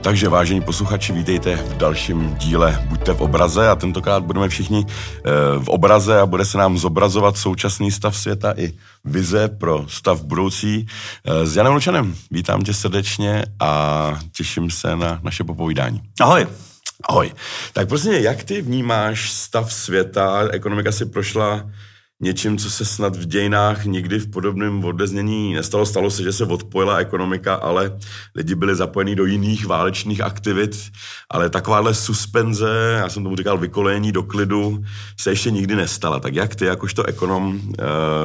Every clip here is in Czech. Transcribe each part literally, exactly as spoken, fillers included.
Takže vážení posluchači, vítejte v dalším díle Buďte v obraze a tentokrát budeme všichni v obraze a bude se nám zobrazovat současný stav světa i vize pro stav budoucí. S Janem Lučanem vítám tě srdečně a těším se na naše popovídání. Ahoj. Ahoj. Tak prosím, jak ty vnímáš stav světa? Ekonomika si prošla něčím, co se snad v dějinách nikdy v podobném odeznění nestalo. Stalo se, že se odpojila ekonomika, ale lidi byli zapojení do jiných válečných aktivit, ale takováhle suspenze, já jsem tomu říkal vykolejení do klidu, se ještě nikdy nestala. Tak jak ty, jakožto ekonom, eh,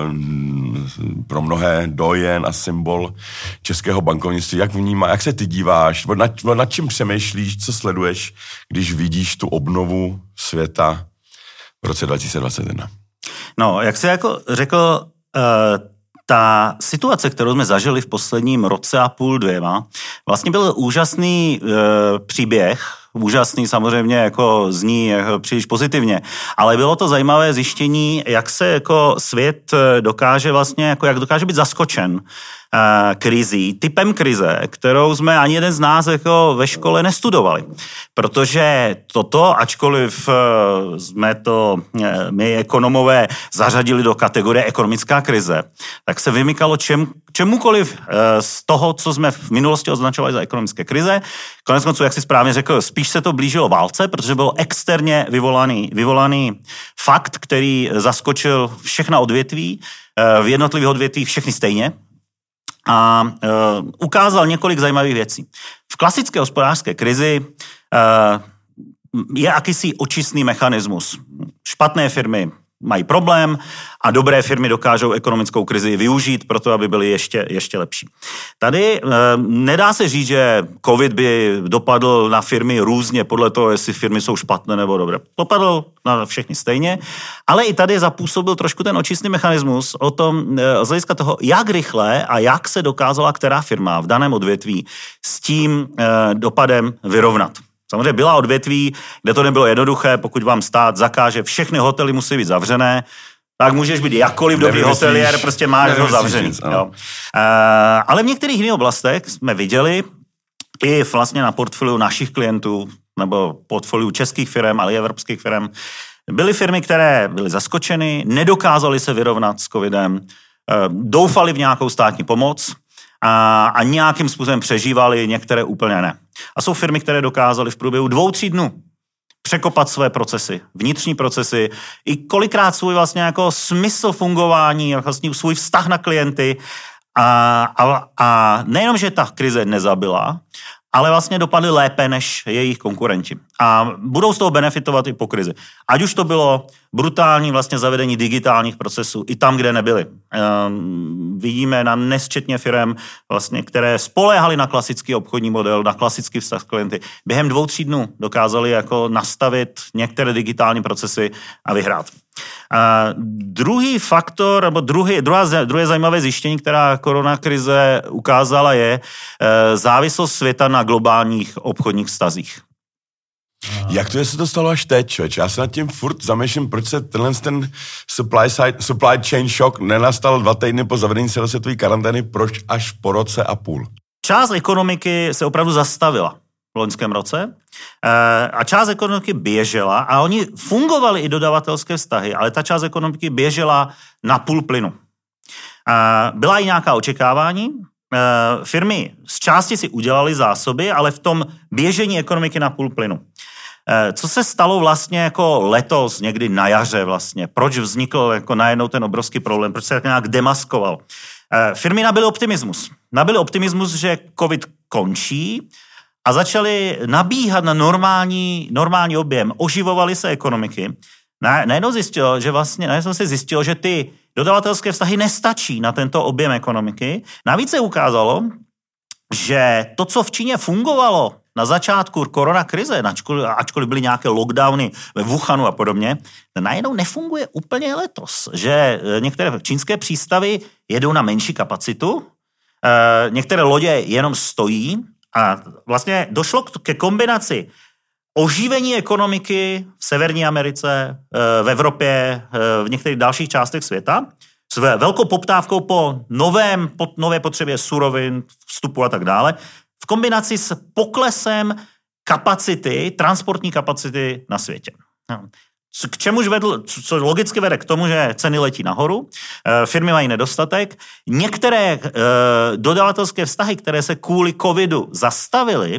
pro mnohé dojen a symbol českého bankovnictví, jak vnímá, jak se ty díváš, nad, nad čím přemýšlíš, co sleduješ, když vidíš tu obnovu světa v roce dva tisíce dvacet jedna? No, jak jsi jako řekl, ta situace, kterou jsme zažili v posledním roce a půl, dvěma, vlastně byl úžasný příběh, úžasný samozřejmě jako zní jako příliš pozitivně, ale bylo to zajímavé zjištění, jak se jako svět dokáže vlastně, jako jak dokáže být zaskočen krizí, typem krize, kterou jsme ani jeden z nás jako ve škole nestudovali. Protože toto, ačkoliv jsme to my ekonomové zařadili do kategorie ekonomická krize, tak se vymykalo čem, čemukoliv z toho, co jsme v minulosti označovali za ekonomické krize. Konec konců, jak jsi správně řekl, spíš se to blížilo válce, protože bylo externě vyvolaný, vyvolaný fakt, který zaskočil všechna odvětví, v jednotlivých odvětvích všechny stejně, a uh, ukázal několik zajímavých věcí. V klasické hospodářské krizi uh, je jakýsi očistný mechanismus. Špatné firmy mají problém a dobré firmy dokážou ekonomickou krizi využít proto, aby byly ještě, ještě lepší. Tady uh, nedá se říct, že covid by dopadl na firmy různě podle toho, jestli firmy jsou špatné nebo dobré. Dopadl na všechny stejně, ale i tady zapůsobil trošku ten očistný mechanismus o tom, z hlediska toho, jak rychle a jak se dokázala která firma v daném odvětví s tím eh, dopadem vyrovnat. Samozřejmě byla odvětví, kde to nebylo jednoduché, pokud vám stát zakáže, všechny hotely musí být zavřené, tak můžeš být jakkoliv dobrý hoteliér, prostě máš ho zavřený. Jo. E, ale v některých jiných oblastech jsme viděli i vlastně na portfoliu našich klientů, nebo portfoliu českých firm, ale i evropských firm, byly firmy, které byly zaskočeny, nedokázaly se vyrovnat s covidem, e, doufali v nějakou státní pomoc a, a nějakým způsobem přežívali, některé úplně ne. A jsou firmy, které dokázaly v průběhu dvou, tří dnů překopat své procesy, vnitřní procesy, i kolikrát svůj vlastně jako smysl fungování, vlastně svůj vztah na klienty a, a, a nejenom, že ta krize nezabila, ale vlastně dopadly lépe než jejich konkurenti. A budou z toho benefitovat i po krizi. Ať už to bylo brutální vlastně zavedení digitálních procesů i tam, kde nebyly. Ehm, vidíme na nesčetně firem, vlastně, které spoléhaly na klasický obchodní model, na klasický vztah s klienty. Během dvou, tří dnů dokázali jako nastavit některé digitální procesy a vyhrát. A druhý faktor, nebo druhý, druhá, druhé zajímavé zjištění, která koronakrize ukázala, je e, závislost světa na globálních obchodních vztazích. Jak to, jestli to stalo až teď, člověč? Já se nad tím furt zamýšlím, proč se tenhle ten supply, side, supply chain shock nenastal dva týdny po zavedení celosvětové karantény, proč až po roce a půl? Část ekonomiky se opravdu zastavila v loňském roce a část ekonomiky běžela a oni fungovali i dodavatelské vztahy, ale ta část ekonomiky běžela na půl plynu. Byla i nějaká očekávání, firmy z části si udělali zásoby, ale v tom běžení ekonomiky na půl plynu. Co se stalo vlastně jako letos, někdy na jaře vlastně? Proč vznikl jako najednou ten obrovský problém? Proč se tak nějak demaskoval? Firmy nabyly optimismus. Nabyly optimismus, že covid končí a začaly nabíhat na normální, normální objem. Oživovaly se ekonomiky. Najednou zjistilo, že vlastně, najednou se zjistilo, že ty dodavatelské vztahy nestačí na tento objem ekonomiky. Navíc se ukázalo, že to, co v Číně fungovalo na začátku koronakrize, ačkoliv byly nějaké lockdowny ve Wuhanu a podobně, najednou nefunguje úplně letos. Že některé čínské přístavy jedou na menší kapacitu, některé lodě jenom stojí a vlastně došlo ke kombinaci oživení ekonomiky v Severní Americe, v Evropě, v některých dalších částech světa s velkou poptávkou po novém, po nové potřebě surovin, vstupu a tak dále. v kombinaci s poklesem kapacity, transportní kapacity na světě. K čemuž vedl, co logicky vede k tomu, že ceny letí nahoru, firmy mají nedostatek. Některé dodavatelské vztahy, které se kvůli covidu zastavily,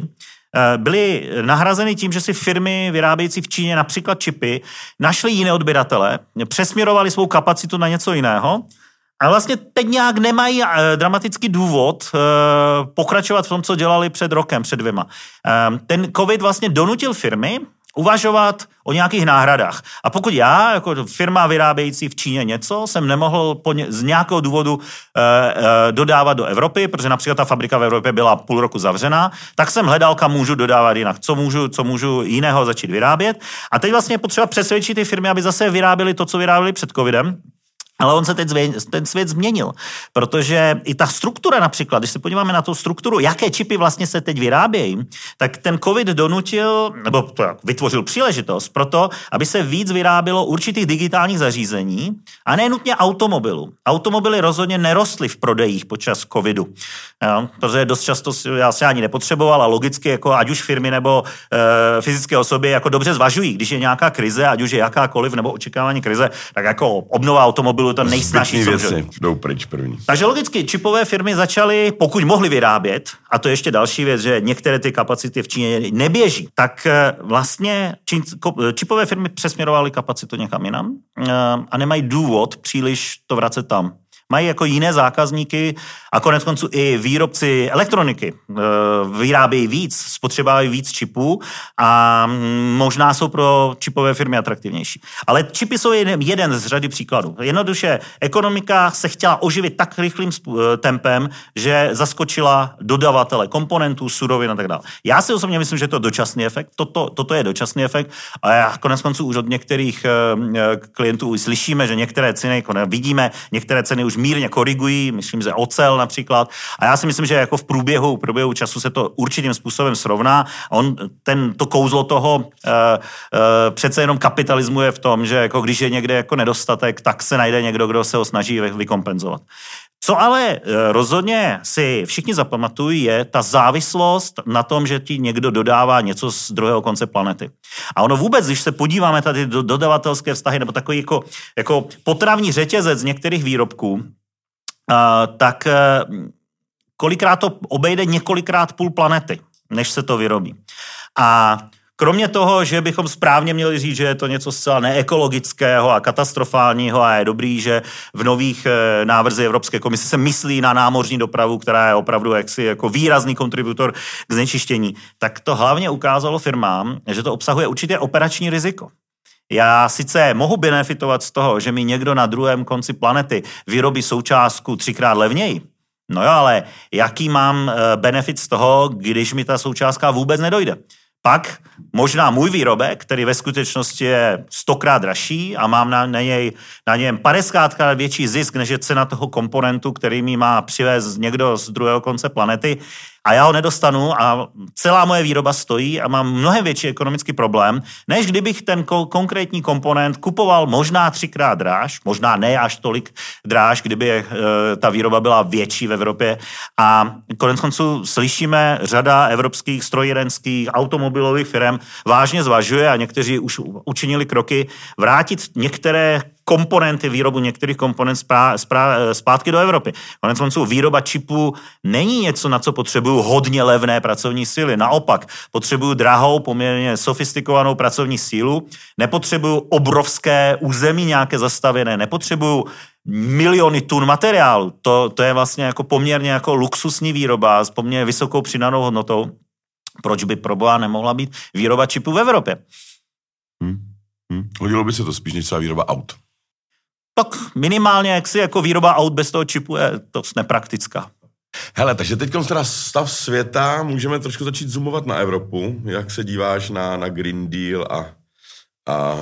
byly nahrazeny tím, že si firmy vyrábějící v Číně například čipy našly jiné odběratele, přesměrovali svou kapacitu na něco jiného a vlastně teď nějak nemají dramatický důvod pokračovat v tom, co dělali před rokem, před dvěma. Ten covid vlastně donutil firmy uvažovat o nějakých náhradách. A pokud já, jako firma vyrábějící v Číně něco, jsem nemohl ně, z nějakého důvodu e, e, dodávat do Evropy, protože například ta fabrika v Evropě byla půl roku zavřená, tak jsem hledal, kam můžu dodávat jinak, co můžu, co můžu jiného začít vyrábět. A teď vlastně je potřeba přesvědčit ty firmy, aby zase vyráběly to, co vyráběli před covidem. Ale on se teď ten svět změnil, protože i ta struktura například, když se podíváme na tu strukturu, jaké čipy vlastně se teď vyrábějí, tak ten covid donutil, nebo to vytvořil příležitost pro to, aby se víc vyrábělo určitých digitálních zařízení a ne nutně automobilů. Automobily rozhodně nerostly v prodejích počas covidu, jo, protože dost často já se ani nepotřeboval a logicky jako ať už firmy nebo e, fyzické osoby jako dobře zvažují, když je nějaká krize, ať už je jakákoliv nebo očekávání krize, tak jako obnova automobilu to nejsnažší věci jdou pryč první. Takže logicky čipové firmy začaly, pokud mohly vyrábět, a to je ještě další věc, že některé ty kapacity v Číně neběží, tak vlastně čín, čipové firmy přesměrovaly kapacitu někam jinam a nemají důvod příliš to vracet tam. Mají jako jiné zákazníky a konec konců i výrobci elektroniky vyrábějí víc, spotřebávají víc čipů a možná jsou pro čipové firmy atraktivnější. Ale čipy jsou jeden z řady příkladů. Jednoduše ekonomika se chtěla oživit tak rychlým tempem, že zaskočila dodavatele komponentů, surovin a tak dále. Já si osobně myslím, že to je dočasný efekt. Toto, toto je dočasný efekt a já konec konců už od některých klientů slyšíme, že některé ceny, vidíme, některé ceny už mírně korigují, myslím, že ocel například. A já si myslím, že jako v průběhu, v průběhu času se to určitým způsobem srovná. On, ten, to kouzlo toho uh, uh, přece jenom kapitalismu je v tom, že jako když je někde jako nedostatek, tak se najde někdo, kdo se ho snaží vykompenzovat. Co ale rozhodně si všichni zapamatují, je ta závislost na tom, že ti někdo dodává něco z druhého konce planety. A ono vůbec, když se podíváme tady do dodavatelské vztahy, nebo takový jako, jako potravní řetězec některých výrobků, uh, tak uh, kolikrát to obejde několikrát půl planety, než se to vyrobí. A kromě toho, že bychom správně měli říct, že je to něco zcela neekologického a katastrofálního a je dobrý, že v nových návrzích Evropské komise se myslí na námořní dopravu, která je opravdu jaksi jako výrazný kontributor k znečištění, tak to hlavně ukázalo firmám, že to obsahuje určitě operační riziko. Já sice mohu benefitovat z toho, že mi někdo na druhém konci planety vyrobí součástku třikrát levněji, no jo, ale jaký mám benefit z toho, když mi ta součástka vůbec nedojde? Pak možná můj výrobek, který ve skutečnosti je stokrát dražší a mám na, na, něj, na něm padesátkrát větší zisk, než je cena toho komponentu, který mi má přivést někdo z druhého konce planety, a já ho nedostanu a celá moje výroba stojí a mám mnohem větší ekonomický problém, než kdybych ten ko- konkrétní komponent kupoval možná třikrát dráž, možná ne až tolik dráž, kdyby e, ta výroba byla větší v Evropě. A konec konců slyšíme, řada evropských strojírenských automobilových firm vážně zvažuje a někteří už učinili kroky vrátit některé komponenty, výrobu některých komponent sprá, sprá, zpátky do Evropy. Konec konců výroba čipů není něco, na co potřebuju hodně levné pracovní síly. Naopak, potřebuju drahou, poměrně sofistikovanou pracovní sílu, nepotřebuju obrovské území nějaké zastavěné, nepotřebuju miliony tun materiálu. To, to je vlastně jako poměrně jako luxusní výroba s poměrně vysokou přidanou hodnotou. Proč by proboha nemohla být výroba čipů v Evropě? Hmm. Hmm. Hodilo by se to spíš než celá výroba aut. Tak minimálně jaksi jako výroba aut bez toho čipu je to nepraktická. Hele, takže teď teda stav světa, můžeme trošku začít zoomovat na Evropu. Jak se díváš na, na Green Deal a, a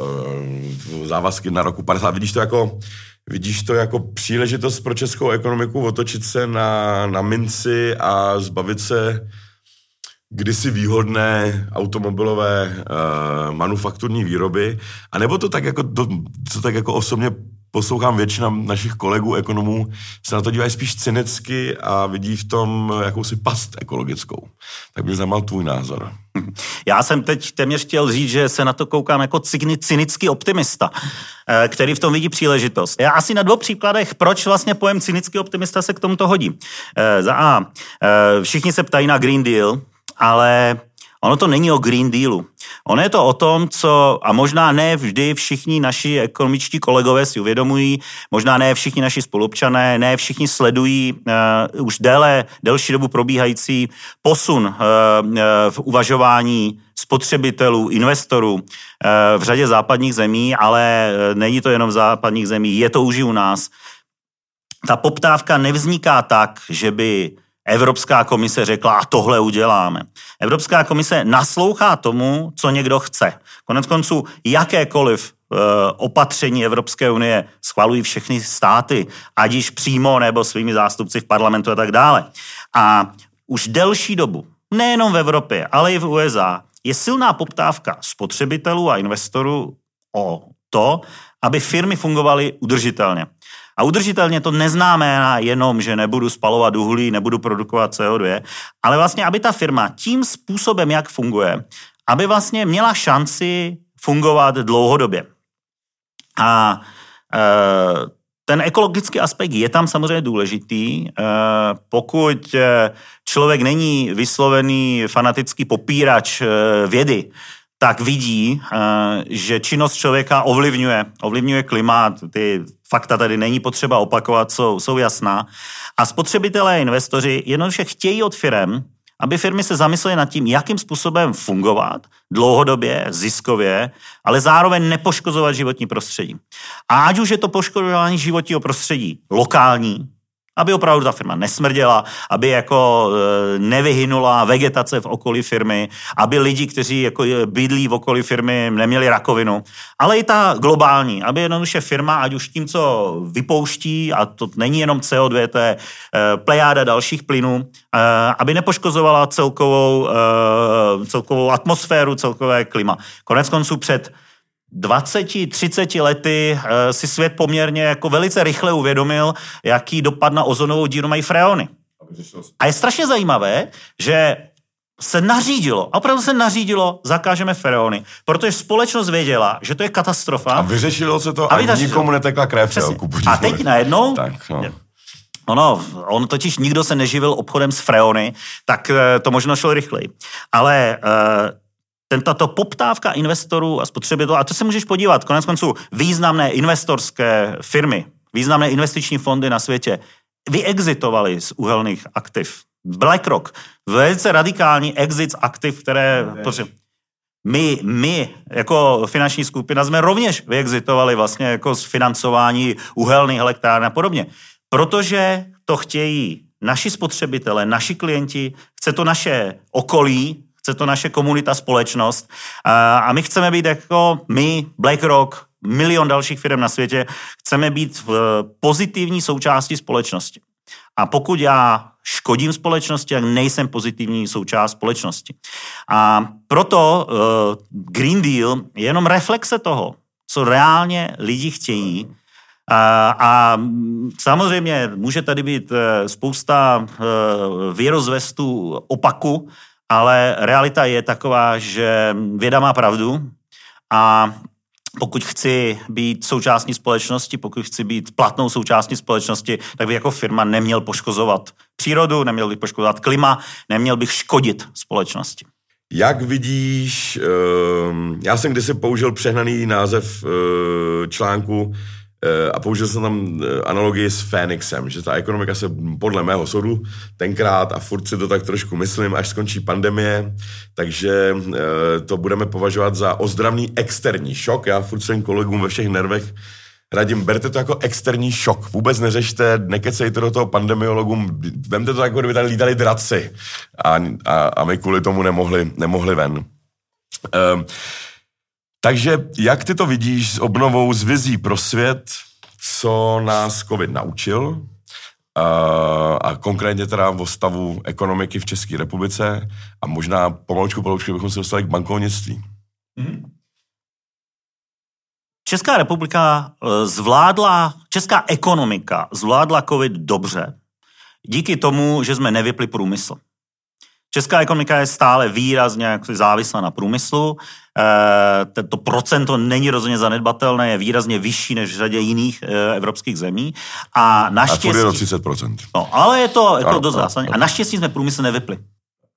e, závazky na roku padesát? Vidíš to jako, vidíš to jako příležitost pro českou ekonomiku otočit se na, na minci a zbavit se kdysi výhodné automobilové uh, manufakturní výroby, anebo to tak jako, to, to tak jako osobně poslouchám většina našich kolegů, ekonomů, se na to dívají spíš cynicky a vidí v tom jakousi past ekologickou. Tak bych zajímal tvůj názor. Já jsem teď téměř chtěl říct, že se na to koukám jako cynický optimista, který v tom vidí příležitost. Já asi na dvou příkladech, proč vlastně pojem cynický optimista se k tomuto hodí. Za A, všichni se ptají na Green Deal, ale ono to není o Green Dealu. Ono je to o tom, co, a možná ne vždy všichni naši ekonomičtí kolegové si uvědomují, možná ne všichni naši spolupčané, ne všichni sledují uh, už déle, delší dobu probíhající posun uh, uh, v uvažování spotřebitelů, investorů uh, v řadě západních zemí, ale uh, není to jenom v západních zemí, je to už i u nás. Ta poptávka nevzniká tak, že by Evropská komise řekla, a tohle uděláme. Evropská komise naslouchá tomu, co někdo chce. Konec konců, jakékoliv e, opatření Evropské unie schvalují všechny státy, ať již přímo nebo svými zástupci v parlamentu a tak dále. A už delší dobu, nejenom v Evropě, ale i v U S A, je silná poptávka spotřebitelů a investorů o to, aby firmy fungovaly udržitelně. A udržitelně to neznamená jenom, že nebudu spalovat uhlí, nebudu produkovat C O dva, ale vlastně, aby ta firma tím způsobem, jak funguje, aby vlastně měla šanci fungovat dlouhodobě. A e, ten ekologický aspekt je tam samozřejmě důležitý. E, pokud člověk není vyslovený fanatický popírač vědy, tak vidí, že činnost člověka ovlivňuje, ovlivňuje klima, ty fakta tady není potřeba opakovat, jsou, jsou jasná. A spotřebitelé a investoři jednoduše chtějí od firem, aby firmy se zamyslely nad tím, jakým způsobem fungovat dlouhodobě, ziskově, ale zároveň nepoškozovat životní prostředí. A ať už je to poškozování životního prostředí lokální, aby opravdu ta firma nesmrděla, aby jako nevyhynula vegetace v okolí firmy, aby lidi, kteří jako bydlí v okolí firmy, neměli rakovinu, ale i ta globální, aby jednoduše firma, ať už tím, co vypouští, a to není jenom C O dva, to je plejáda dalších plynů, aby nepoškozovala celkovou, celkovou atmosféru, celkové klima. Konec konců před dvaceti, třiceti lety si svět poměrně jako velice rychle uvědomil, jaký dopad na ozonovou díru mají freony. A je strašně zajímavé, že se nařídilo, a opravdu se nařídilo, zakážeme freony, protože společnost věděla, že to je katastrofa. A vyřešilo se to a, a nikomu netekla krev. A teď najednou... Tak, no. Ono, on totiž nikdo se neživil obchodem s freony, tak to možno šlo rychleji. Ale... Tato poptávka investorů a spotřebitelů, a to se můžeš podívat, konec konců významné investorské firmy, významné investiční fondy na světě vyexitovaly z uhelných aktiv. BlackRock, velice radikální exit z aktiv, které... My, my, jako finanční skupina, jsme rovněž vyexitovali vlastně jako z financování uhelných elektrárn a podobně. Protože to chtějí naši spotřebitelé, naši klienti, chce to naše okolí, chce to naše komunita, společnost a my chceme být jako my, BlackRock, milion dalších firm na světě, chceme být v pozitivní součástí společnosti. A pokud já škodím společnosti, tak nejsem pozitivní součást společnosti. A proto uh, Green Deal je jenom reflexe toho, co reálně lidi chtějí. A, a samozřejmě může tady být spousta uh, věrozvestů opaku, ale realita je taková, že věda má pravdu a pokud chci být součástí společnosti, pokud chci být platnou součástí společnosti, tak bych jako firma neměl poškozovat přírodu, neměl bych poškozovat klima, neměl bych škodit společnosti. Jak vidíš, já jsem kdysi použil přehnaný název článku a použil jsem tam analogii s Fénixem, že ta ekonomika se podle mého soudu tenkrát, a furt si to tak trošku myslím, až skončí pandemie, takže to budeme považovat za ozdravný externí šok. Já furt svým kolegům ve všech nervech radím, berte to jako externí šok. Vůbec neřešte, nekecejte do toho pandemiologům, vemte to jako, kdyby tady lítali draci a, a, a my kvůli tomu nemohli, nemohli ven. Um, Takže jak ty to vidíš s obnovou, s vizí pro svět, co nás covid naučil a, a konkrétně teda o stavu ekonomiky v České republice a možná pomalučku, pomalučku bychom se dostali k bankovnictví. Česká republika zvládla, česká ekonomika zvládla covid dobře. Díky tomu, že jsme nevypli průmysl. Česká ekonomika je stále výrazně závislá na průmyslu. E, tento procento není rozhodně zanedbatelné, je výrazně vyšší než v řadě jiných e, evropských zemí. A naštěstí... A je to třicet procent. No, ale je to, je to dost zásadní. A naštěstí jsme průmysl nevypli. E,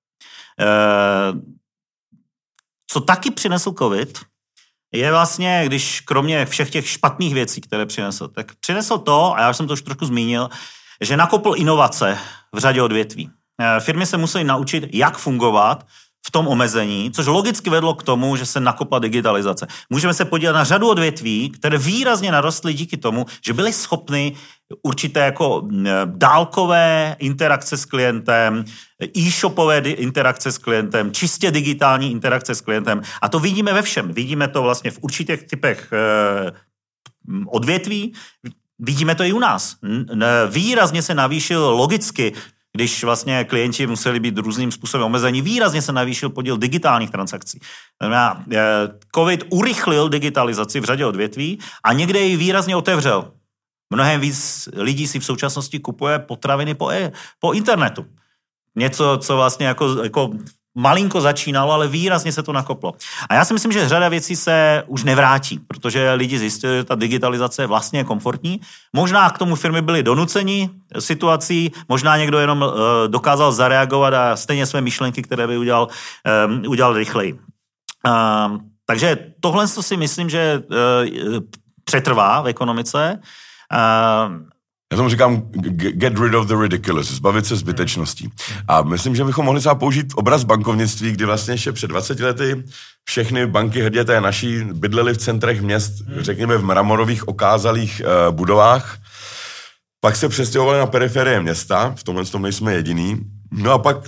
co taky přinesl covid, je vlastně, když kromě všech těch špatných věcí, které přinesl, tak přinesl to, a já jsem to už trošku zmínil, že nakopl inovace v řadě odvětví. Firmy se musely naučit, jak fungovat v tom omezení, což logicky vedlo k tomu, že se nakopla digitalizace. Můžeme se podívat na řadu odvětví, které výrazně narostly díky tomu, že byly schopny určité jako dálkové interakce s klientem, e-shopové interakce s klientem, čistě digitální interakce s klientem. A to vidíme ve všem. Vidíme to vlastně v určitých typech odvětví, vidíme to i u nás. Výrazně se navýšil logicky, když vlastně klienti museli být různým způsobem omezení, výrazně se navýšil podíl digitálních transakcí. COVID urychlil digitalizaci v řadě odvětví a někde ji výrazně otevřel. Mnohem víc lidí si v současnosti kupuje potraviny po, e, po internetu. Něco, co vlastně jako, jako malinko začínalo, ale výrazně se to nakoplo. A já si myslím, že řada věcí se už nevrátí, protože lidi zjistili, že ta digitalizace je vlastně komfortní. Možná k tomu firmy byly donuceni situací, možná někdo jenom uh, dokázal zareagovat a stejně své myšlenky, které by udělal, um, udělal rychleji. Uh, takže tohle si myslím, že uh, přetrvá v ekonomice. Uh, Já tomu říkám get rid of the ridiculous, zbavit se zbytečností. A myslím, že bychom mohli třeba použít obraz bankovnictví, kdy vlastně ještě před dvaceti lety všechny banky hrdě té naší bydlely v centrech měst, řekněme v mramorových okázalých uh, budovách. Pak se přestěhovali na periferie města, v tomhle tom nejsme jediný. No a pak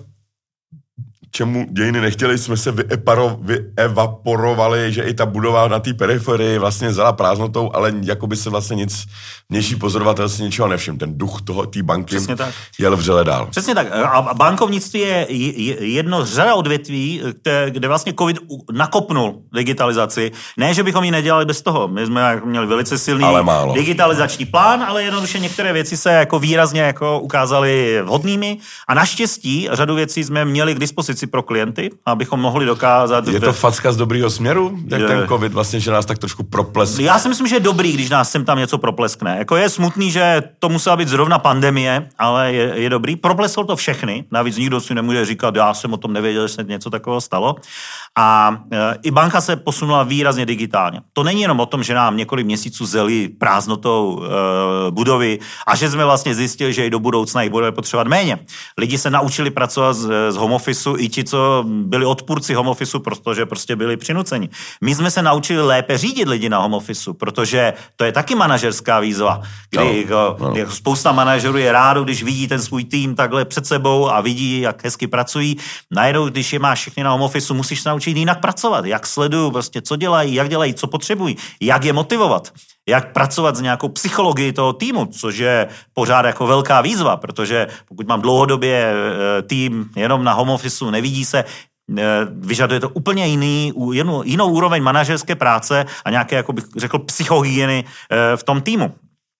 čemu dějiny nechtěli, jsme se vyeparo, vyevaporovali, že i ta budova na té periferii vlastně zala prázdnotou, ale jako by se vlastně nic vnější pozorovatel si ničeho nevšiml. Ten duch toho té banky jel vřele dál. Přesně tak. A bankovnictví je jedno z řada odvětví, kde vlastně covid nakopnul digitalizaci. Ne, že bychom ji nedělali bez toho. My jsme měli velice silný digitalizační plán, ale jednoduše některé věci se jako výrazně jako ukázaly vhodnými a naštěstí řadu věcí jsme měli k dispozici pro klienty, abychom mohli dokázat... Je to facka z dobrýho směru? Jak je... ten covid vlastně, že nás tak trošku propleskne? Já si myslím, že je dobrý, když nás sem tam něco propleskne. Jako je smutný, že to musela být zrovna pandemie, ale je, je dobrý. Proplesklo to všechny. Navíc nikdo si nemůže říkat, já jsem o tom nevěděl, že se něco takového stalo. A e, i banka se posunula výrazně digitálně. To není jenom o tom, že nám několik měsíců zeli prázdnotou e, budovy a že jsme vlastně zjistili, že i do budoucna jich budeme potřebovat méně. Lidi se naučili pracovat z, z home officeu, i ti, co byli odpůrci home officeu, protože prostě byli přinuceni. My jsme se naučili lépe řídit lidi na home officeu, protože to je taky manažerská výzva, kdy no, no. Jako spousta manažerů je rádo, když vidí ten svůj tým takhle před sebou a vidí, jak hezky pracují. Najednou, když je máš všechny na home officeu, musíš se naučit jinak pracovat. Jak sledují, prostě, co dělají, jak dělají, co potřebují, jak je motivovat, jak pracovat s nějakou psychologií toho týmu, což je pořád jako velká výzva, protože pokud mám dlouhodobě tým jenom na home officeu, nevidí se, vyžaduje to úplně jiný, jinou, jinou úroveň manažerské práce a nějaké, jako bych řekl, psychohygieny v tom týmu.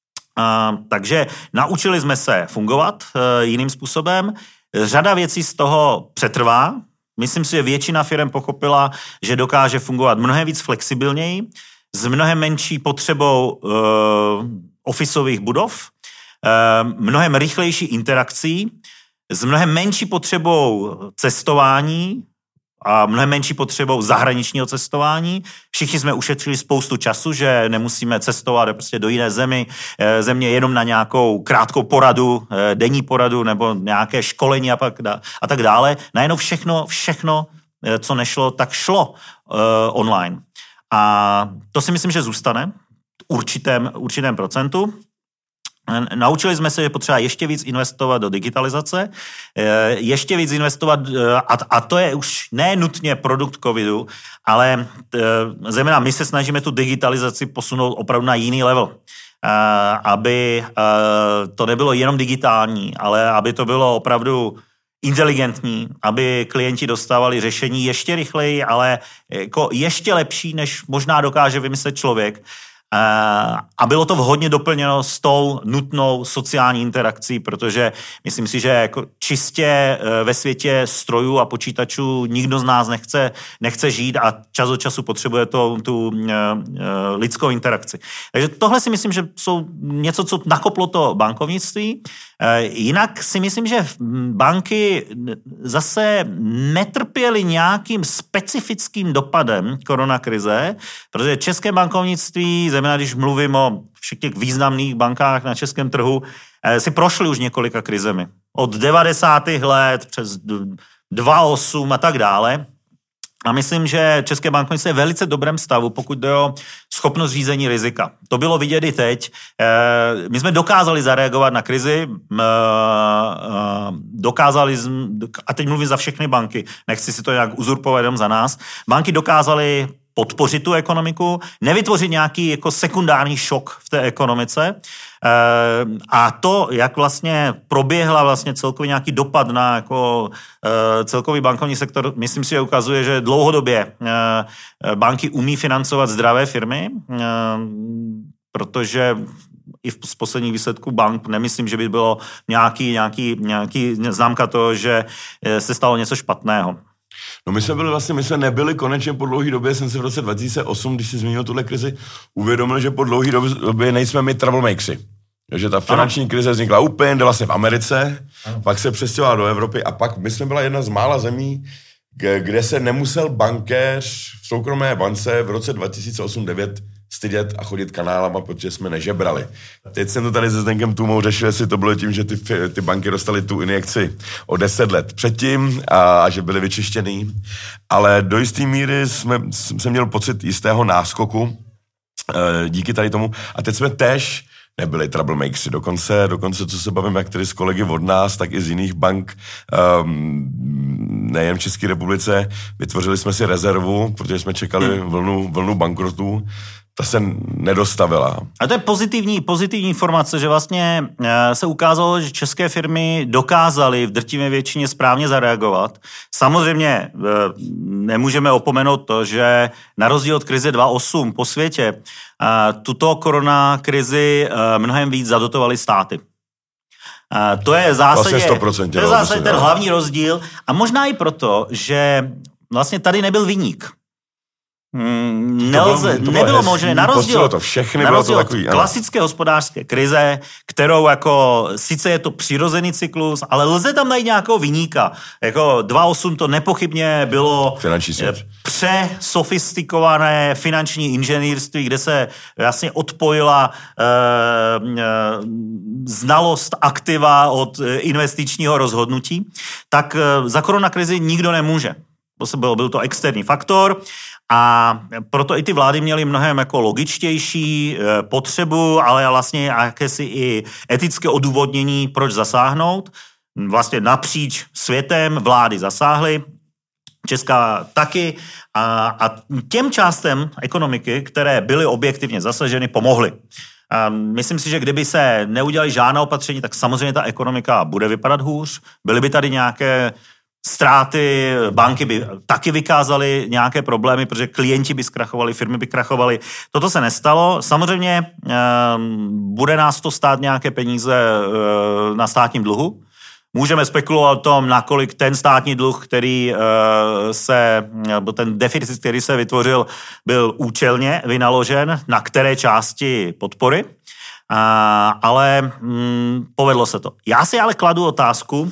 Takže naučili jsme se fungovat jiným způsobem. Řada věcí z toho přetrvá. Myslím si, že většina firem pochopila, že dokáže fungovat mnohem víc flexibilněji, s mnohem menší potřebou uh, ofisových budov, uh, mnohem rychlejší interakcí, s mnohem menší potřebou cestování a mnohem menší potřebou zahraničního cestování. Všichni jsme ušetřili spoustu času, že nemusíme cestovat prostě do jiné zemi, země jenom na nějakou krátkou poradu, denní poradu nebo nějaké školení a, pak, a tak dále. Najednou všechno, všechno, co nešlo, tak šlo uh, online. A to si myslím, že zůstane v určitém, určitém procentu. Naučili jsme se, že potřeba ještě víc investovat do digitalizace, ještě víc investovat, a to je už ne nutně produkt covidu, ale zejména my se snažíme tu digitalizaci posunout opravdu na jiný level. Aby to nebylo jenom digitální, ale aby to bylo opravdu inteligentní, aby klienti dostávali řešení ještě rychleji, ale jako ještě lepší, než možná dokáže vymyslet člověk. A bylo to vhodně doplněno s tou nutnou sociální interakcí, protože myslím si, že jako čistě ve světě strojů a počítačů nikdo z nás nechce, nechce žít a čas od času potřebuje to, tu lidskou interakci. Takže tohle si myslím, že jsou něco, co nakoplo to bankovnictví. Jinak si myslím, že banky zase netrpěly nějakým specifickým dopadem koronakrize, protože české bankovnictví, zejména když mluvím o všech těch významných bankách na českém trhu, si prošly už několika krizemi. Od devadesátých let přes dva osm a tak dále. A myslím, že české bankovnictví je v velice dobrém stavu, pokud jde o schopnost řízení rizika. To bylo vidět i teď. My jsme dokázali zareagovat na krizi, dokázali, a teď mluvím za všechny banky, nechci si to nějak uzurpovat jenom za nás, banky dokázaly podpořit tu ekonomiku, nevytvořit nějaký jako sekundární šok v té ekonomice. A to, jak vlastně proběhla vlastně celkový nějaký dopad na jako celkový bankovní sektor, myslím si, že ukazuje, že dlouhodobě banky umí financovat zdravé firmy, protože i z posledních výsledků bank nemyslím, že by bylo nějaký, nějaký, nějaký známka toho, že se stalo něco špatného. No my jsme byli vlastně, my jsme nebyli konečně po dlouhé době, jsem si v roce dva tisíce osm, když si zmínil tuhle krizi, uvědomil, že po dlouhé době nejsme my troublemakersi. Že ta finanční ano. krize vznikla úplně jinde vlastně v Americe, ano. pak se přestěhovala do Evropy a pak my jsme byla jedna z mála zemí, kde se nemusel bankéř v soukromé bance v roce dva tisíce osm devět stydět a chodit kanálama, protože jsme nežebrali. Teď jsem to tady se Zdenkem Tůmou řešil, jestli to bylo tím, že ty, ty banky dostaly tu injekci o deset let předtím a, a že byly vyčištěný. Ale do jisté míry jsme, jsem měl pocit jistého náskoku e, díky tady tomu. A teď jsme též nebyli troublemakers. Dokonce, dokonce, co se bavím jak tedy s kolegy od nás, tak i z jiných bank, um, nejen v České republice, vytvořili jsme si rezervu, protože jsme čekali vlnu, vlnu bankrotů. Ta se nedostavila. A to je pozitivní, pozitivní informace, že vlastně se ukázalo, že české firmy dokázaly v drtivé většině správně zareagovat. Samozřejmě nemůžeme opomenout to, že na rozdíl od krize dva osm po světě, tuto korona krizi mnohem víc zadotovaly státy. To je zásadně, sto procent, to je zásadně ten hlavní rozdíl. A možná i proto, že vlastně tady nebyl viník. Hmm, nelze, to bylo, to nebylo hezký, možné, na rozdíl, to všechny, na rozdíl to od takový, klasické hospodářské krize, kterou jako, sice je to přirozený cyklus, ale lze tam najít nějakého viníka. Jako dva osm to nepochybně bylo přesofistikované finanční inženýrství, kde se vlastně odpojila eh, eh, znalost aktiva od investičního rozhodnutí, tak eh, za koronakrizi nikdo nemůže. To byl, byl to externí faktor. A proto i ty vlády měly mnohem jako logičtější e, potřebu, ale vlastně jakési i etické odůvodnění, proč zasáhnout. Vlastně napříč světem vlády zasáhly, Česká taky a, a těm částem ekonomiky, které byly objektivně zasaženy, pomohly. A myslím si, že kdyby se neudělali žádná opatření, tak samozřejmě ta ekonomika bude vypadat hůř. Byly by tady nějaké ztráty, banky by taky vykázaly nějaké problémy, protože klienti by zkrachovali, firmy by krachovaly. Toto se nestalo. Samozřejmě eh, bude nás to stát nějaké peníze eh, na státním dluhu. Můžeme spekulovat o tom, nakolik ten státní dluh, který eh, se, nebo ten deficit, který se vytvořil, byl účelně vynaložen, na které části podpory. Eh, ale hm, povedlo se to. Já si ale kladu otázku,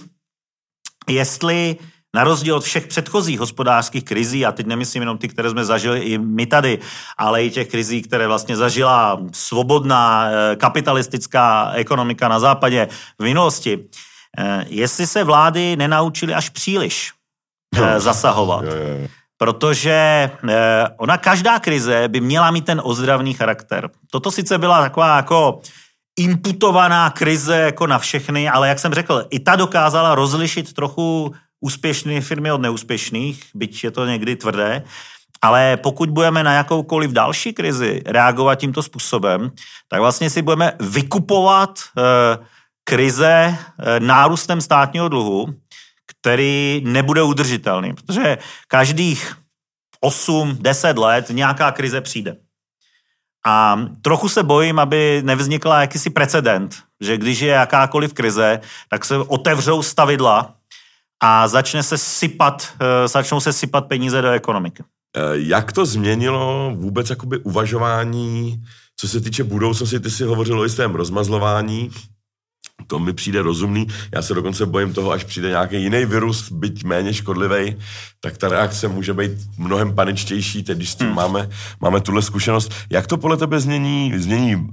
jestli na rozdíl od všech předchozích hospodářských krizí, a teď nemyslím jenom ty, které jsme zažili i my tady, ale i těch krizí, které vlastně zažila svobodná kapitalistická ekonomika na západě v minulosti, jestli se vlády nenaučily až příliš no. zasahovat. Protože ona každá krize by měla mít ten ozdravný charakter. Toto sice byla taková jako imputovaná krize jako na všechny, ale jak jsem řekl, i ta dokázala rozlišit trochu úspěšné firmy od neúspěšných, byť je to někdy tvrdé, ale pokud budeme na jakoukoliv další krizi reagovat tímto způsobem, tak vlastně si budeme vykupovat eh, krize eh, nárůstem státního dluhu, který nebude udržitelný, protože každých osm deset let nějaká krize přijde. A trochu se bojím, aby nevznikla jakýsi precedent, že když je jakákoliv krize, tak se otevřou stavidla a začne se sypat, začnou se sypat peníze do ekonomiky. Jak to změnilo vůbec jakoby uvažování, co se týče budoucnosti? Ty si hovořil o jistém rozmazlování, to mi přijde rozumný. Já se dokonce bojím toho, až přijde nějaký jiný virus, byť méně škodlivý, tak ta reakce může být mnohem paničtější, teď když s tím hmm. máme, máme tuhle zkušenost. Jak to podle tebe změní, změní,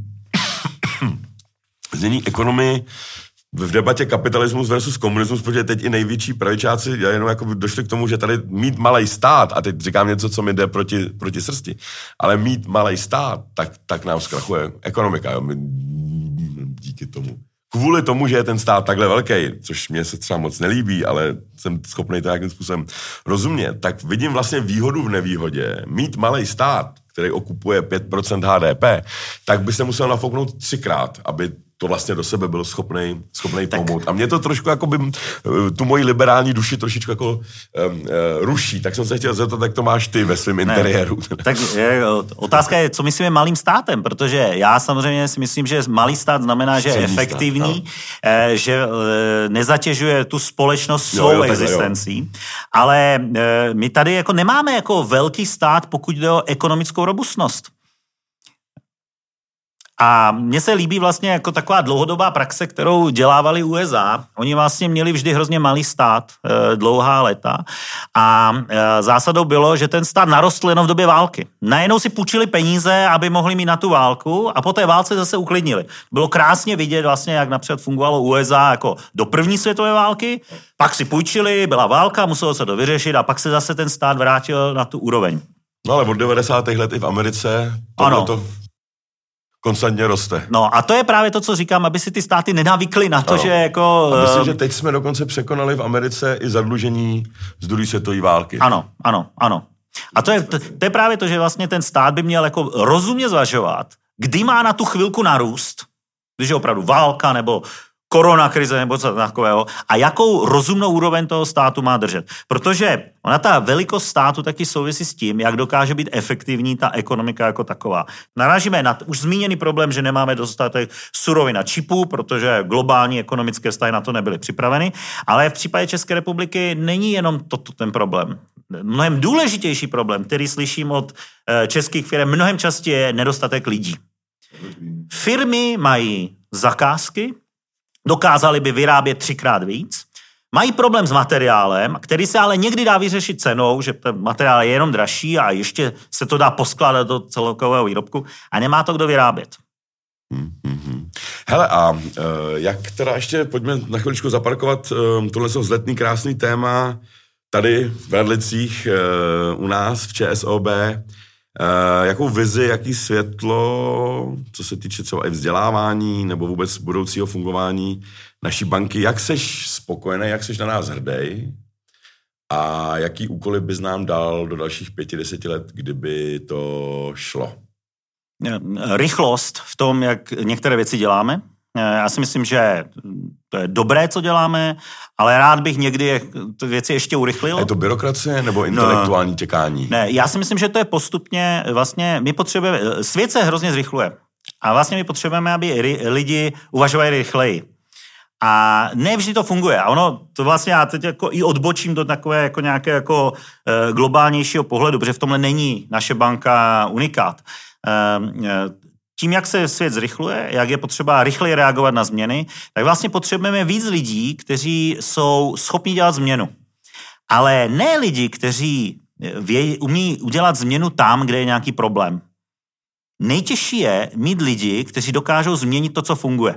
změní ekonomii v debatě kapitalismus versus komunismus, protože teď i největší pravičáci jenom jako došli k tomu, že tady mít malej stát, a teď říkám něco, co mi jde proti, proti srsti, ale mít malej stát, tak, tak nám zkrachuje ekonomika. Jo? My, díky tomu. Kvůli tomu, že je ten stát takhle velký, což mě se třeba moc nelíbí, ale jsem schopný to nějakým způsobem rozumět, tak vidím vlastně výhodu v nevýhodě. Mít malej stát, který okupuje pět procent H D P, tak by se musel nafouknout třikrát, aby to vlastně do sebe byl schopnej, schopnej pomoct. A mě to trošku jako by tu moji liberální duši trošičku jako um, uh, ruší. Tak jsem se chtěl zeptat, jak to máš ty ve svém interiéru. Tak je, otázka je, co myslíme malým státem, protože já samozřejmě si myslím, že malý stát znamená, že je efektivní, stát, no. že nezatěžuje tu společnost svou jo, jo, existencí, jo. ale my tady jako nemáme jako velký stát, pokud jde o ekonomickou robustnost. A mně se líbí vlastně jako taková dlouhodobá praxe, kterou dělávali U S A. Oni vlastně měli vždy hrozně malý stát, e, dlouhá léta. A e, zásadou bylo, že ten stát narostl jenom v době války. Najednou si půjčili peníze, aby mohli mít na tu válku a po té válce zase uklidnili. Bylo krásně vidět vlastně, jak například fungovalo U S A jako do první světové války, pak si půjčili, byla válka, muselo se to vyřešit a pak se zase ten stát vrátil na tu úroveň. No ale od devadesátých let i v Americe to ano. to konstantně roste. No a to je právě to, co říkám, aby si ty státy nenavykly na to, ano. že jako... A myslím, že teď jsme dokonce překonali v Americe i zadlužení z druhé světové války. Ano, ano, ano. A to je, to, to je právě to, že vlastně ten stát by měl jako rozumně zvažovat, kdy má na tu chvilku narůst, když je opravdu válka nebo koronakrize nebo co takového, a jakou rozumnou úroveň toho státu má držet. Protože ona ta velikost státu taky souvisí s tím, jak dokáže být efektivní ta ekonomika jako taková. Narážíme na už zmíněný problém, že nemáme dostatek surovin a čipů, protože globální ekonomické vztahy na to nebyly připraveny, ale v případě České republiky není jenom toto ten problém. Mnohem důležitější problém, který slyším od českých firm, mnohem častěji je nedostatek lidí. Firmy mají zakázky, dokázali by vyrábět třikrát víc, mají problém s materiálem, který se ale někdy dá vyřešit cenou, že ten materiál je jenom dražší a ještě se to dá poskládat do celkového výrobku a nemá to kdo vyrábět. Hmm, hmm, hmm. Hele, a uh, jak teda ještě, pojďme na chviličku zaparkovat uh, tohle vzletný krásný téma tady v Radlicích uh, u nás v Č S O B. Uh, jakou vizi, jaký světlo, co se týče třeba i vzdělávání nebo vůbec budoucího fungování naší banky, jak seš spokojený, jak seš na nás hrdý a jaký úkoly bys nám dal do dalších pěti, deseti let, kdyby to šlo? Rychlost v tom, jak některé věci děláme. Já si myslím, že to je dobré, co děláme, ale rád bych někdy ty věci ještě urychlil. Je to byrokracie nebo intelektuální no, těkání? Ne, já si myslím, že to je postupně, vlastně my potřebujeme, svět se hrozně zrychluje a vlastně my potřebujeme, aby lidi uvažovali rychleji. A ne vždy to funguje. A ono, to vlastně já teď jako i odbočím do takové jako nějaké jako e, globálnějšího pohledu, protože v tomhle není naše banka unikát. E, Tím, jak se svět zrychluje, jak je potřeba rychleji reagovat na změny, tak vlastně potřebujeme víc lidí, kteří jsou schopni dělat změnu. Ale ne lidi, kteří vědí, umí udělat změnu tam, kde je nějaký problém. Nejtěžší je mít lidi, kteří dokážou změnit to, co funguje.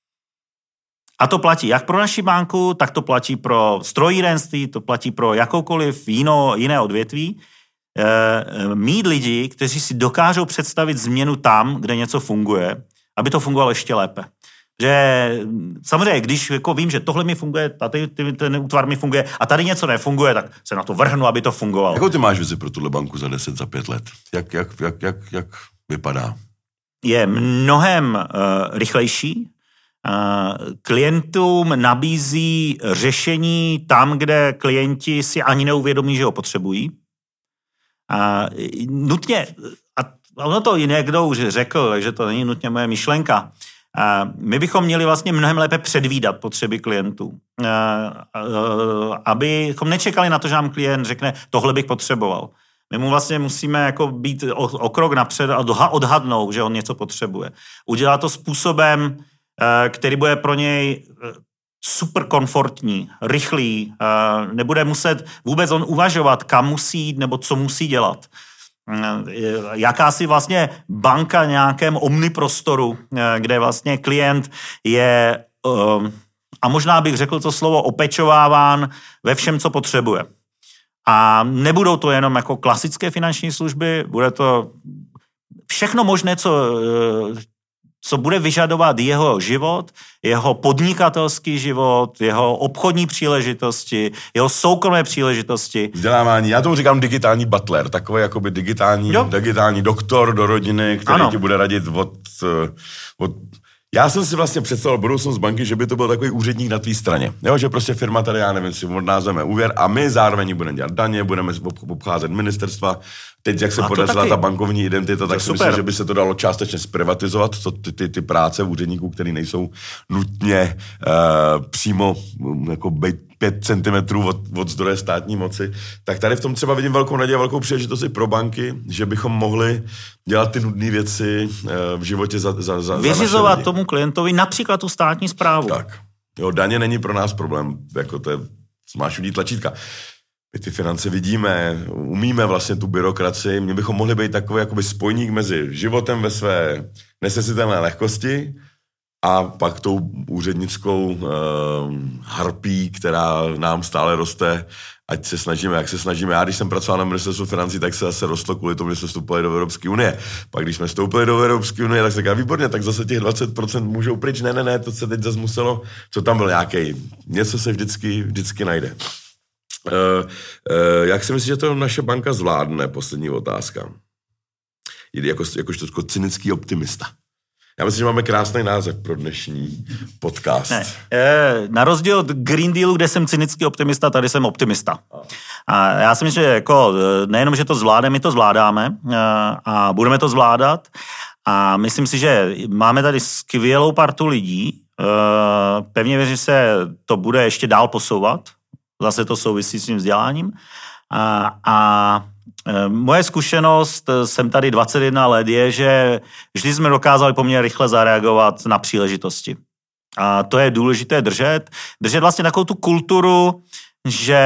A to platí jak pro naši banku, tak to platí pro strojírenství, to platí pro jakoukoliv jinou, jiné odvětví. E, mít lidi, kteří si dokážou představit změnu tam, kde něco funguje, aby to fungovalo ještě lépe. Že samozřejmě, když jako vím, že tohle mi funguje, tady ten útvar mi funguje a tady něco nefunguje, tak se na to vrhnu, aby to fungovalo. Jakou ty máš vizi pro tuhle banku za deset, za pět let? Jak, jak, jak, jak, jak vypadá? Je mnohem uh, rychlejší. Uh, klientům nabízí řešení tam, kde klienti si ani neuvědomí, že ho potřebují. A nutně, a ono to i někdo už řekl, takže to není nutně moje myšlenka. My bychom měli vlastně mnohem lépe předvídat potřeby klientů. Abychom nečekali na to, že nám klient řekne, tohle bych potřeboval. My mu vlastně musíme jako být o, o krok napřed a odhadnout, že on něco potřebuje. Udělat to způsobem, který bude pro něj super komfortní, rychlý, nebude muset vůbec on uvažovat, kam musí jít nebo co musí dělat. Jakási vlastně banka nějakém omniprostoru, kde vlastně klient je, a možná bych řekl to slovo, opečováván ve všem, co potřebuje. A nebudou to jenom jako klasické finanční služby, bude to všechno možné, co, co bude vyžadovat jeho život, jeho podnikatelský život, jeho obchodní příležitosti, jeho soukromé příležitosti. Vzdělávání, já tomu říkám digitální butler, takový jakoby digitální, digitální doktor do rodiny, který ano. ti bude radit od... od Já jsem si vlastně představil budoucnost banky, že by to byl takový úředník na tvý straně. Jo, že prostě firma tady, já nevím, si od nás veme úvěr a my zároveň budeme dělat daně, budeme obcházet ministerstva. Teď, jak se podařila ta bankovní identita, tak si myslím, že by se to dalo částečně zprivatizovat, co ty, ty, ty práce úředníků, který nejsou nutně uh, přímo jako bejt pět centimetrů od, od zdroje státní moci, tak tady v tom třeba vidím velkou naději, velkou příležitost i pro banky, že bychom mohli dělat ty nudné věci v životě za, za, za vyřizovat tomu klientovi například tu státní správu. Tak. Jo, daně není pro nás problém, jako to je smášudí tlačítka. My ty finance vidíme, umíme vlastně tu byrokracii, my bychom mohli být takový jakoby spojník mezi životem ve své nesnesitelné lehkosti a pak tou úřednickou uh, harpí, která nám stále roste, ať se snažíme, jak se snažíme. Já, když jsem pracoval na ministerstvu financí, tak se zase rostlo kvůli tomu, že jsme vstoupili do Evropské unie. Pak když jsme vstoupili do Evropské unie, tak se říká, výborně, tak zase těch dvacet procent můžou pryč. Ne, ne, ne, to se teď zase muselo, co tam byl nějaký, něco se vždycky, vždycky najde. Uh, uh, jak si myslíš, že to naše banka zvládne? Poslední otázka. Jde jako, jakožto jako cynický optimista. Já myslím, že máme krásný název pro dnešní podcast. Ne, na rozdíl od Green Dealu, kde jsem cynický optimista, tady jsem optimista. A já si myslím, že jako nejenom, že to zvládneme, my to zvládáme a budeme to zvládat. A myslím si, že máme tady skvělou partu lidí. Pevně věřím, že se to bude ještě dál posouvat. Zase to souvisí s tím vzděláním. A, a moje zkušenost, jsem tady dvacet jedna let, je, že vždy jsme dokázali poměrně rychle zareagovat na příležitosti. A to je důležité držet. Držet vlastně takovou tu kulturu, že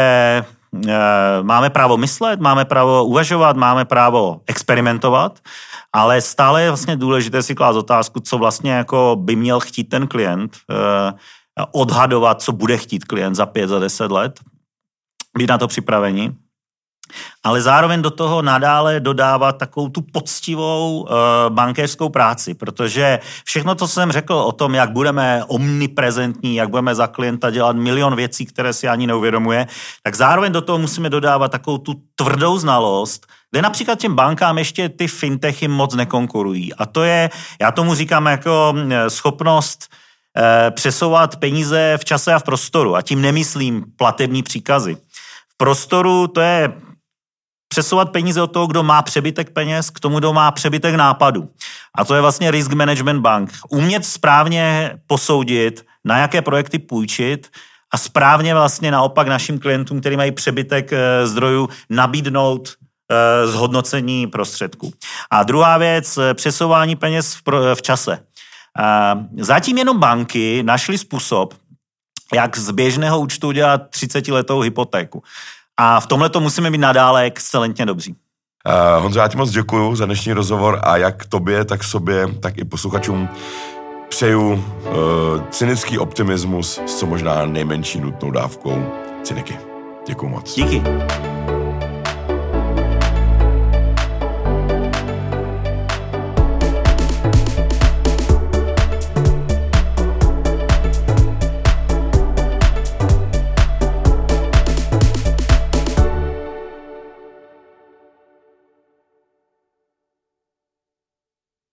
máme právo myslet, máme právo uvažovat, máme právo experimentovat, ale stále je vlastně důležité si klást otázku, co vlastně jako by měl chtít ten klient, odhadovat, co bude chtít klient za pět, za deset let, být na to připraveni. Ale zároveň do toho nadále dodávat takovou tu poctivou uh, bankéřskou práci, protože všechno, co jsem řekl o tom, jak budeme omniprezentní, jak budeme za klienta dělat milion věcí, které si ani neuvědomuje, tak zároveň do toho musíme dodávat takovou tu tvrdou znalost, kde například těm bankám ještě ty fintechy moc nekonkurují. A to je, já tomu říkám jako schopnost uh, přesouvat peníze v čase a v prostoru. A tím nemyslím platební příkazy. V prostoru to je přesouvat peníze od toho, kdo má přebytek peněz, k tomu, kdo má přebytek nápadu. A to je vlastně risk management bank. Umět správně posoudit, na jaké projekty půjčit a správně vlastně naopak našim klientům, kteří mají přebytek zdrojů, nabídnout zhodnocení prostředků. A druhá věc, přesouvání peněz v, pro, v čase. Zatím jenom banky našly způsob, jak z běžného účtu udělat třicetiletou hypotéku. A v tomhle to musíme být nadále excelentně dobří. Uh, Honzo, já ti moc děkuju za dnešní rozhovor a jak tobě, tak sobě, tak i posluchačům přeju uh, cynický optimismus s co možná nejmenší nutnou dávkou cyniky. Děkuju moc. Díky.